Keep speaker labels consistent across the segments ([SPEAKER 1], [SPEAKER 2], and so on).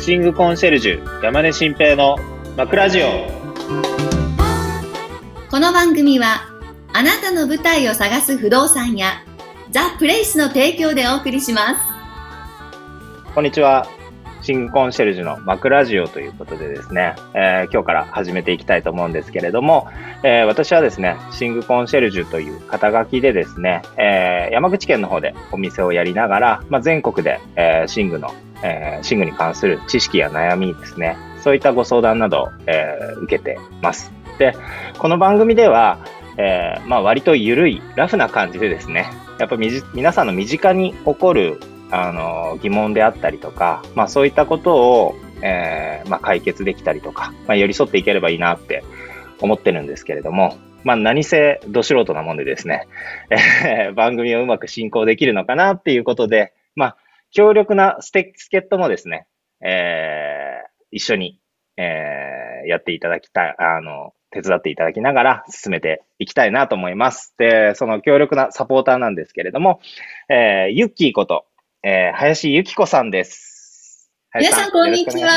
[SPEAKER 1] 寝具コンシェルジュ山根新平の枕ラジオ。
[SPEAKER 2] この番組はあなたの舞台を探す不動産やザ・プレイスの提供でお送りします。
[SPEAKER 1] こんにちは。寝具コンシェルジュの枕ラジオということでですね、今日から始めていきたいと思うんですけれども、私はですね、寝具コンシェルジュという肩書きでですね、山口県の方でお店をやりながら、全国で、寝具に関する知識や悩みですね、そういったご相談などを、受けてます。で、この番組では、割と緩いラフな感じでですね、やっぱ皆さんの身近に起こる疑問であったりとか、そういったことを、解決できたりとか、寄り添っていければいいなって思ってるんですけれども、何せど素人なもんでですね、番組をうまく進行できるのかなっていうことで、強力な助っ人もですね、一緒に、やっていただきたい、手伝っていただきながら進めていきたいなと思います。で、その強力なサポーターなんですけれども、ユッキーこと、林由紀子さんです。
[SPEAKER 2] 皆さん、こんにちは。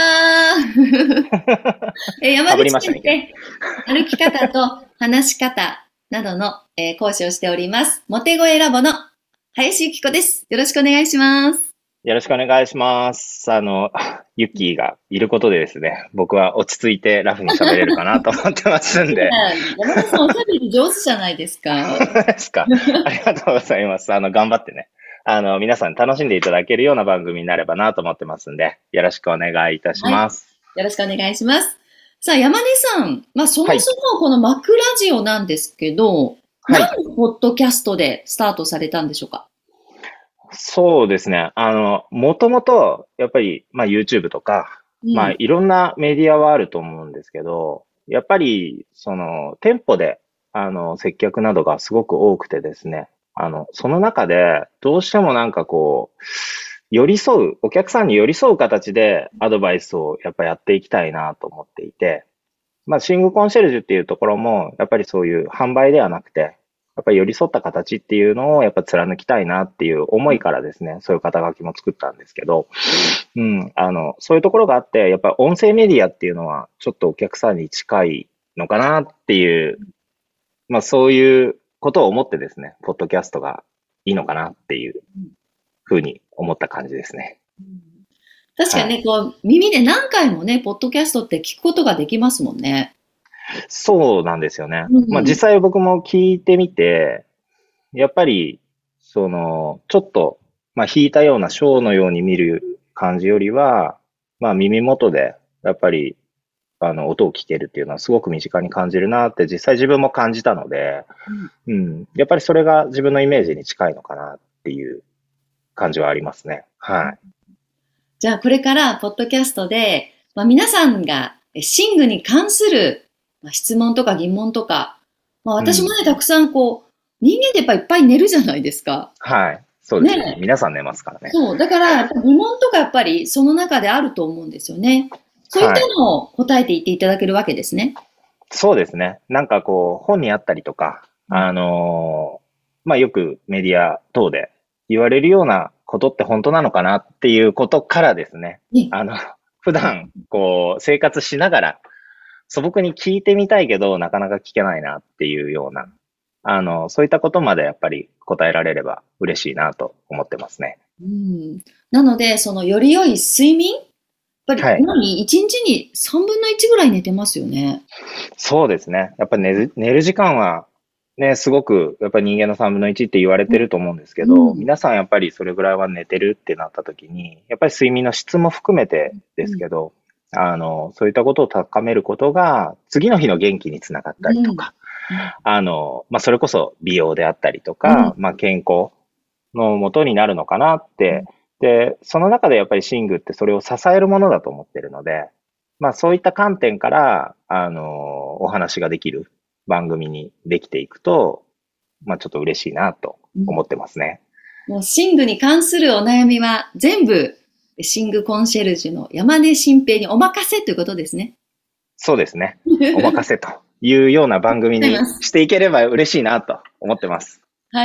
[SPEAKER 2] 山口県で歩き方と話し方などの、講師をしております。モテ声ラボの林由紀子です。よろしくお願いします。
[SPEAKER 1] よろしくお願いします。ユッキーがいることでですね、僕は落ち着いてラフに喋れるかなと思ってますんで。
[SPEAKER 2] 山田さん、おしゃべり上手じゃないですか。
[SPEAKER 1] ですか。ありがとうございます。頑張ってね。皆さん楽しんでいただけるような番組になればなと思ってますんで、よろしくお願いいたします。
[SPEAKER 2] はい、よろしくお願いします。さあ、山根さん、そもそもこの枕ラジオなんですけど、何のポッドキャストでスタートされたんでしょうか？
[SPEAKER 1] そうですね。もともと、やっぱり、YouTube とか、いろんなメディアはあると思うんですけど、やっぱり、店舗で、接客などがすごく多くてですね、その中で、どうしてもお客さんに寄り添う形でアドバイスをやっぱやっていきたいなと思っていて、寝具コンシェルジュっていうところも、やっぱりそういう販売ではなくて、やっぱり寄り添った形っていうのをやっぱ貫きたいなっていう思いからですね、そういう肩書きも作ったんですけど、そういうところがあって、やっぱ音声メディアっていうのはちょっとお客さんに近いのかなっていう、そういうことを思ってですね、ポッドキャストがいいのかなっていうふうに思った感じですね。
[SPEAKER 2] 確かにね、耳で何回もね、ポッドキャストって聞くことができますもんね。
[SPEAKER 1] そうなんですよね。実際僕も聞いてみて、やっぱり、ちょっと、弾いたようなショーのように見る感じよりは、耳元で、やっぱり、音を聞けるっていうのはすごく身近に感じるなって実際自分も感じたので、やっぱりそれが自分のイメージに近いのかなっていう感じはありますね。はい。
[SPEAKER 2] じゃあこれからポッドキャストで、皆さんが寝具に関する質問とか疑問とか、私もね、たくさん人間ってやっぱりいっぱい寝るじゃないですか。
[SPEAKER 1] はい。そうですね。皆さん寝ますからね。
[SPEAKER 2] そう。だから、疑問とかやっぱりその中であると思うんですよね。そういったのを答えていっていただけるわけですね。
[SPEAKER 1] そうですね。本にあったりとか、よくメディア等で言われるようなことって本当なのかなっていうことからですね。普段、生活しながら、素朴に聞いてみたいけど、なかなか聞けないなっていうような、そういったことまでやっぱり答えられれば嬉しいなと思ってますね。
[SPEAKER 2] なので、より良い睡眠、やっぱり、1日に3分の1ぐらい寝てますよね。
[SPEAKER 1] そうですね。やっぱり寝る時間は、ね、すごく、やっぱり人間の3分の1って言われてると思うんですけど、皆さんやっぱりそれぐらいは寝てるってなった時に、やっぱり睡眠の質も含めてですけど、そういったことを高めることが、次の日の元気につながったりとか、それこそ美容であったりとか、健康のもとになるのかなって、で、その中でやっぱり寝具ってそれを支えるものだと思ってるので、そういった観点から、お話ができる番組にできていくと、ちょっと嬉しいなと思ってますね。
[SPEAKER 2] もう寝具に関するお悩みは全部、寝具コンシェルジュの山根新平にお任せということですね。
[SPEAKER 1] そうですね。お任せというような番組にしていければ嬉しいなと思ってます。
[SPEAKER 2] はい。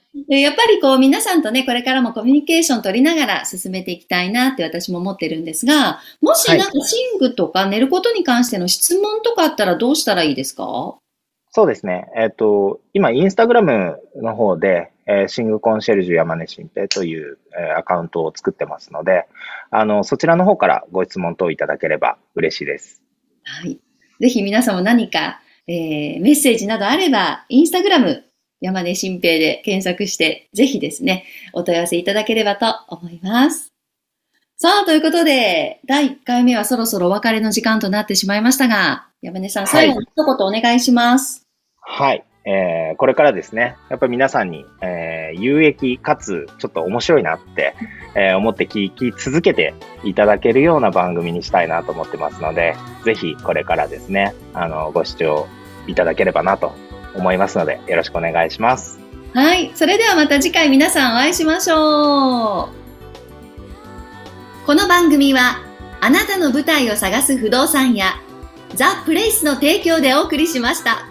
[SPEAKER 2] でやっぱりこう皆さんとね、これからもコミュニケーション取りながら進めていきたいなって私も思ってるんですが、もし
[SPEAKER 1] はい。
[SPEAKER 2] なんか寝具とか寝ることに関しての質問とかあったらどうしたらいいですか？
[SPEAKER 1] そうですね。今、インスタグラムの方で、シングコンシェルジュ山根新平という、アカウントを作ってますので、そちらの方からご質問等いただければ嬉しいです。
[SPEAKER 2] はい。ぜひ皆さんも何か、メッセージなどあれば、インスタグラム、山根新平で検索して、ぜひですね、お問い合わせいただければと思います。さあ、ということで、第1回目はそろそろお別れの時間となってしまいましたが、山根さん、
[SPEAKER 1] はい。
[SPEAKER 2] 最後に一言お願いします。
[SPEAKER 1] はい。これからですね、やっぱり皆さんに、有益かつちょっと面白いなって、思って聞き続けていただけるような番組にしたいなと思ってますので、ぜひこれからですね、ご視聴いただければなと思いますので、よろしくお願いします。
[SPEAKER 2] はい。それではまた次回皆さんお会いしましょう。この番組は、あなたの舞台を探す不動産や、ザ・プレイスの提供でお送りしました。